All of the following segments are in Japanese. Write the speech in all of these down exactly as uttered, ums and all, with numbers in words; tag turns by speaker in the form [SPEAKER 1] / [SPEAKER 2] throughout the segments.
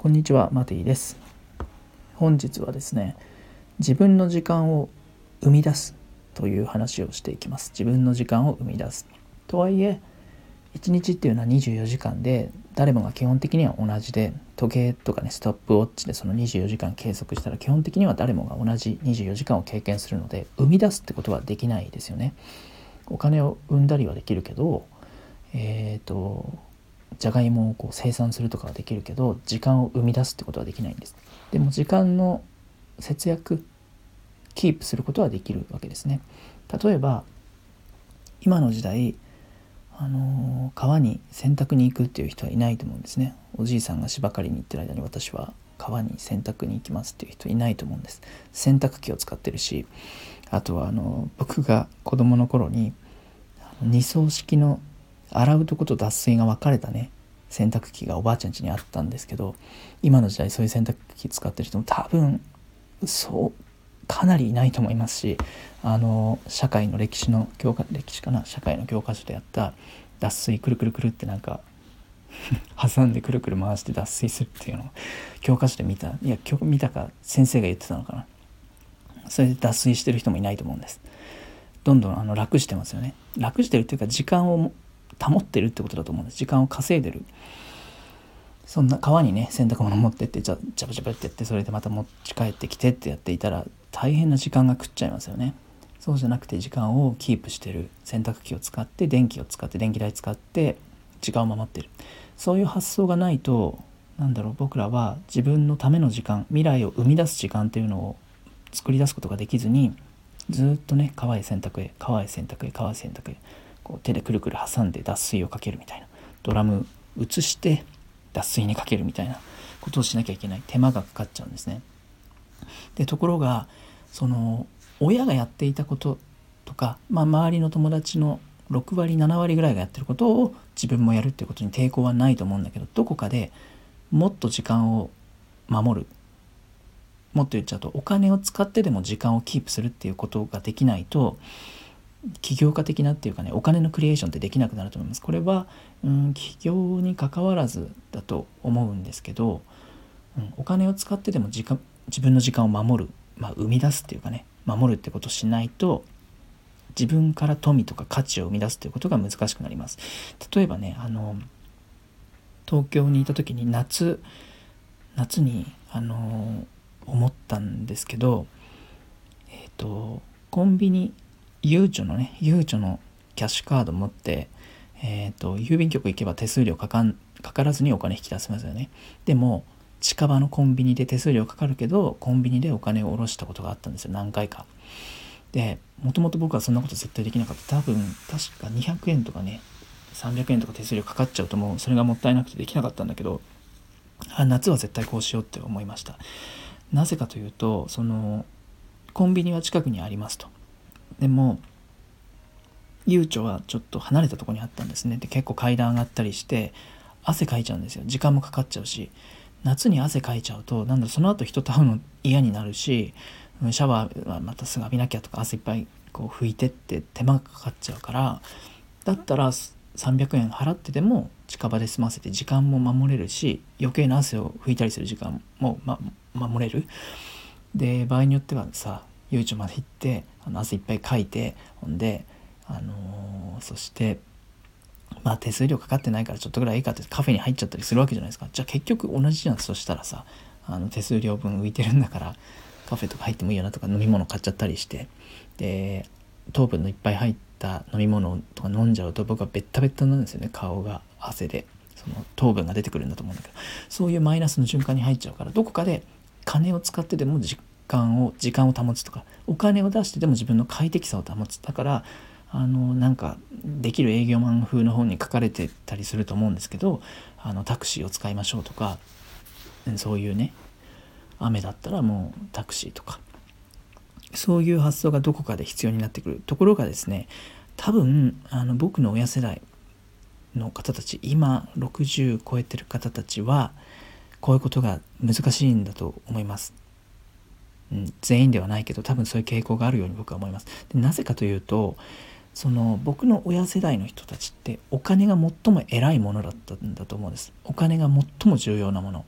[SPEAKER 1] こんにちは、マティです。本日はですね、自分の時間を生み出すという話をしていきます。自分の時間を生み出す。とはいえ、いちにちっていうのはにじゅうよじかんで、誰もが基本的には同じで、時計とかね、ストップウォッチでそのにじゅうよじかん計測したら、基本的には誰もが同じにじゅうよじかんを経験するので、生み出すってことはできないですよね。お金を生んだりはできるけど、えっと、じゃがいもをこう生産するとかはできるけど、時間を生み出すってことはできないんです。でも時間の節約キープすることはできるわけですね。例えば今の時代、あのー、川に洗濯に行くっていう人はいないと思うんですね。おじいさんが芝刈りに行ってる間に私は川に洗濯に行きますっていう人いないと思うんです。洗濯機を使ってるし、あとはあの僕が子供の頃に二層式の洗うとこと脱水が分かれたね洗濯機がおばあちゃん家にあったんですけど、今の時代そういう洗濯機使ってる人も多分そうかなりいないと思いますし、あの社会の歴史の教科歴史かな社会の教科書でやった脱水くるくるくるってなんか挟んでくるくる回して脱水するっていうのを教科書で見たいや今日見たか先生が言ってたのかな。それで脱水してる人もいないと思うんです。どんどんあの楽してますよね。楽してるっていうか時間を保ってるってことだと思うんです。時間を稼いでる。そんな川にね洗濯物持ってってじゃジャブジャブってやって、それでまた持ち帰ってきてってやっていたら大変な時間が食っちゃいますよね。そうじゃなくて時間をキープしてる、洗濯機を使って電気を使って電気代使って時間を守ってる、そういう発想がないと、なんだろう、僕らは自分のための時間、未来を生み出す時間っていうのを作り出すことができずに、ずっとね川へ洗濯へ川へ洗濯へ川へ洗濯へこう手でくるくる挟んで脱水をかけるみたいな、ドラム移して脱水にかけるみたいなことをしなきゃいけない、手間がかかっちゃうんですね。でところがその親がやっていたこととか、まあ、周りの友達のろくわりななわりぐらいがやってることを自分もやるっていうことに抵抗はないと思うんだけど、どこかでもっと時間を守る、もっと言っちゃうとお金を使ってでも時間をキープするっていうことができないと、起業家的なっていうかね、お金のクリエーションってできなくなると思います。これは、うん、起業に関わらずだと思うんですけど、うん、お金を使ってでも時間自分の時間を守る、まあ、生み出すっていうかね、守るってことをしないと自分から富とか価値を生み出すっていうことが難しくなります。例えばね、あの東京にいた時に夏夏にあの思ったんですけど、えっとコンビニゆうちょのねゆうちょのキャッシュカード持って、えっと郵便局行けば手数料かかんかからずにお金引き出せますよね。でも近場のコンビニで手数料かかるけど、コンビニでお金を下ろしたことがあったんですよ、何回か。でもともと僕はそんなこと絶対できなかった。多分確かにひゃくえんとかねさんびゃくえんとか手数料かかっちゃうと、もうそれがもったいなくてできなかったんだけど、あ夏は絶対こうしようって思いました。なぜかというと、そのコンビニは近くにありますと。でもゆうちょはちょっと離れたところにあったんですね。で結構階段上がったりして汗かいちゃうんですよ。時間もかかっちゃうし、夏に汗かいちゃうとなんだろう、その後人と会うの嫌になるし、シャワーはまたすぐ浴びなきゃとか、汗いっぱいこう拭いてって手間がかかっちゃうから、だったらさんびゃくえん払ってでも近場で済ませて時間も守れるし、余計な汗を拭いたりする時間も、ま、守れる。で場合によってはさ、ゆうちょまで行ってあの汗いっぱいかいて、ほんで、あのー、そしてまあ手数料かかってないからちょっとぐらいいいかってカフェに入っちゃったりするわけじゃないですか。じゃあ結局同じじゃん。そしたらさ、あの手数料分浮いてるんだからカフェとか入ってもいいよなとか、飲み物買っちゃったりして、で糖分のいっぱい入った飲み物とか飲んじゃうと僕はベッタベッタなんですよね。顔が汗でその糖分が出てくるんだと思うんだけど、そういうマイナスの循環に入っちゃうから、どこかで金を使ってでも時間を時間を保つとか、お金を出してでも自分の快適さを保つ。だからあのなんかできる営業マン風の本に書かれてたりすると思うんですけど、あのタクシーを使いましょうとか、そういうね、雨だったらもうタクシーとか、そういう発想がどこかで必要になってくる。ところがですね、多分あの僕の親世代の方たち、今ろくじゅう超えてる方たちはこういうことが難しいんだと思います。うん、全員ではないけど多分そういう傾向があるように僕は思います。でなぜかというと、その僕の親世代の人たちってお金が最も偉いものだったんだと思うんです。お金が最も重要なもの、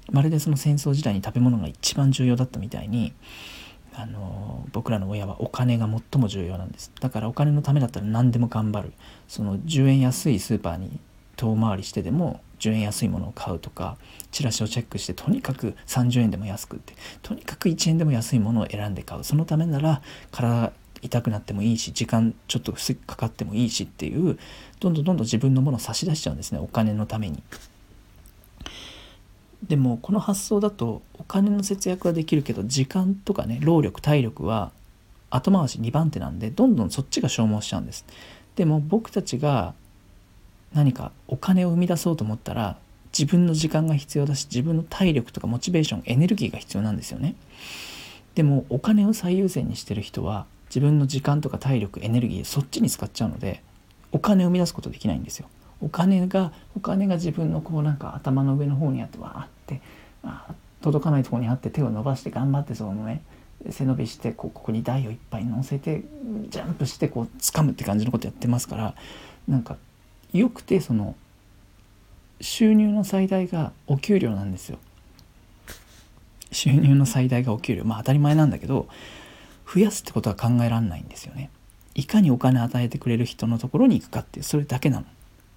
[SPEAKER 1] まるでその戦争時代に食べ物が一番重要だったみたいに、あの僕らの親はお金が最も重要なんです。だからお金のためだったら何でも頑張る。そのじゅうえん安いスーパーに遠回りしてでもじゅうえん安いものを買うとか、チラシをチェックしてとにかくさんじゅうえんでも安くって、とにかくいちえんでも安いものを選んで買う。そのためなら体痛くなってもいいし、時間ちょっとかかってもいいしっていう、どんどんどんどん自分のものを差し出しちゃうんですね、お金のために。でもこの発想だとお金の節約はできるけど、時間とかね、労力体力は後回しにばん手なんで、どんどんそっちが消耗しちゃうんです。でも僕たちが何かお金を生み出そうと思ったら、自分の時間が必要だし、自分の体力とかモチベーション、エネルギーが必要なんですよね。でもお金を最優先にしてる人は自分の時間とか体力、エネルギーそっちに使っちゃうので、お金を生み出すことできないんですよ。お金がお金が自分のこうなんか頭の上の方にあって、わーってあ届かないところにあって、手を伸ばして頑張ってそのね背伸びしてこうここに台をいっぱい乗せてジャンプしてこう掴むって感じのことやってますから、なんかよくてその収入の最大がお給料なんですよ。収入の最大がお給料、まあ当たり前なんだけど、増やすってことは考えられないんですよね。いかにお金を与えてくれる人のところに行くかっていう、それだけなの。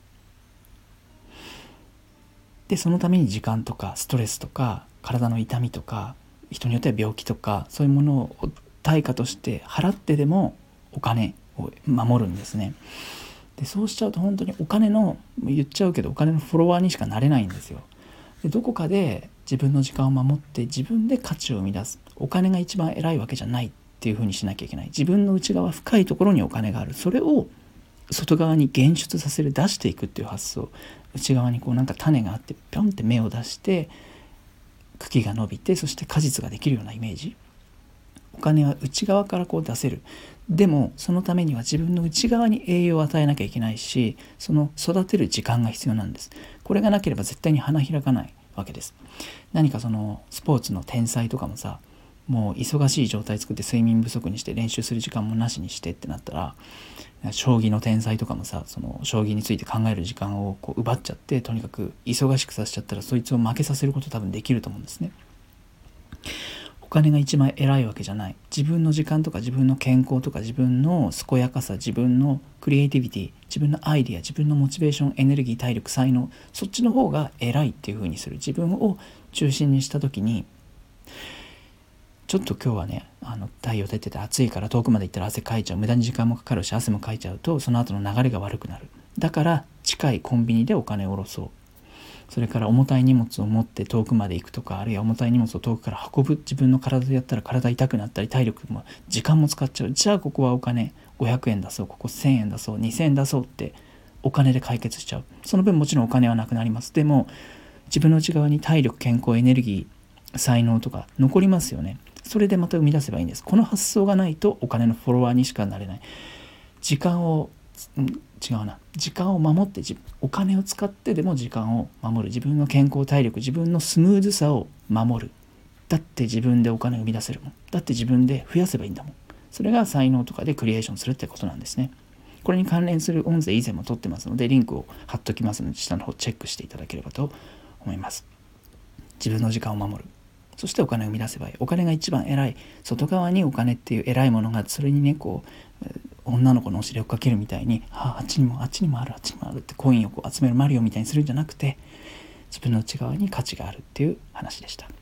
[SPEAKER 1] でそのために時間とかストレスとか体の痛みとか、人によっては病気とか、そういうものを対価として払ってでもお金を守るんですね。でそうしちゃうと本当にお金の、言っちゃうけどお金のフォロワーにしかなれないんですよ。でどこかで自分の時間を守って自分で価値を生み出す。お金が一番偉いわけじゃないっていう風にしなきゃいけない。自分の内側深いところにお金がある。それを外側に現出させる、出していくっていう発想。内側にこうなんか種があって、ぴょんって芽を出して茎が伸びて、そして果実ができるようなイメージ。お金は内側からこう出せる。でもそのためには自分の内側に栄養を与えなきゃいけないし、その育てる時間が必要なんです。これがなければ絶対に花開かないわけです。何かそのスポーツの天才とかもさ、もう忙しい状態作って睡眠不足にして練習する時間もなしにしてってなったら、将棋の天才とかもさ、その将棋について考える時間をこう奪っちゃって、とにかく忙しくさせちゃったら、そいつを負けさせること多分できると思うんですね。お金が一番偉いわけじゃない。自分の時間とか自分の健康とか自分の健やかさ、自分のクリエイティビティ、自分のアイディア、自分のモチベーション、エネルギー、体力、才能、そっちの方が偉いっていう風にする。自分を中心にした時に、ちょっと今日はね、あの太陽出てて暑いから遠くまで行ったら汗かいちゃう、無駄に時間もかかるし汗もかいちゃうと、その後の流れが悪くなる。だから近いコンビニでお金を下ろそう。それから重たい荷物を持って遠くまで行くとか、あるいは重たい荷物を遠くから運ぶ。自分の体でやったら体痛くなったり、体力も時間も使っちゃう。じゃあここはお金ごひゃくえん出そう、ここせんえん出そう、にせんえん出そうってお金で解決しちゃう。その分もちろんお金はなくなります。でも自分の内側に体力、健康、エネルギー、才能とか残りますよね。それでまた生み出せばいいんです。この発想がないとお金のフォロワーにしかなれない。時間をん違うな時間を守って、お金を使ってでも時間を守る。自分の健康、体力、自分のスムーズさを守る。だって自分でお金を生み出せるもん。だって自分で増やせばいいんだもん。それが才能とかでクリエーションするってことなんですね。これに関連する音声以前も撮ってますので、リンクを貼っときますので、下の方チェックしていただければと思います。自分の時間を守る。そしてお金を生み出せばいい。お金が一番偉い。外側にお金っていう偉いものが、それにねこう女の子のお尻をかけるみたいに、ああっちにもあっちにもあるあっちにもあるってコインをこう集めるマリオみたいにするんじゃなくて、自分の内側に価値があるっていう話でした。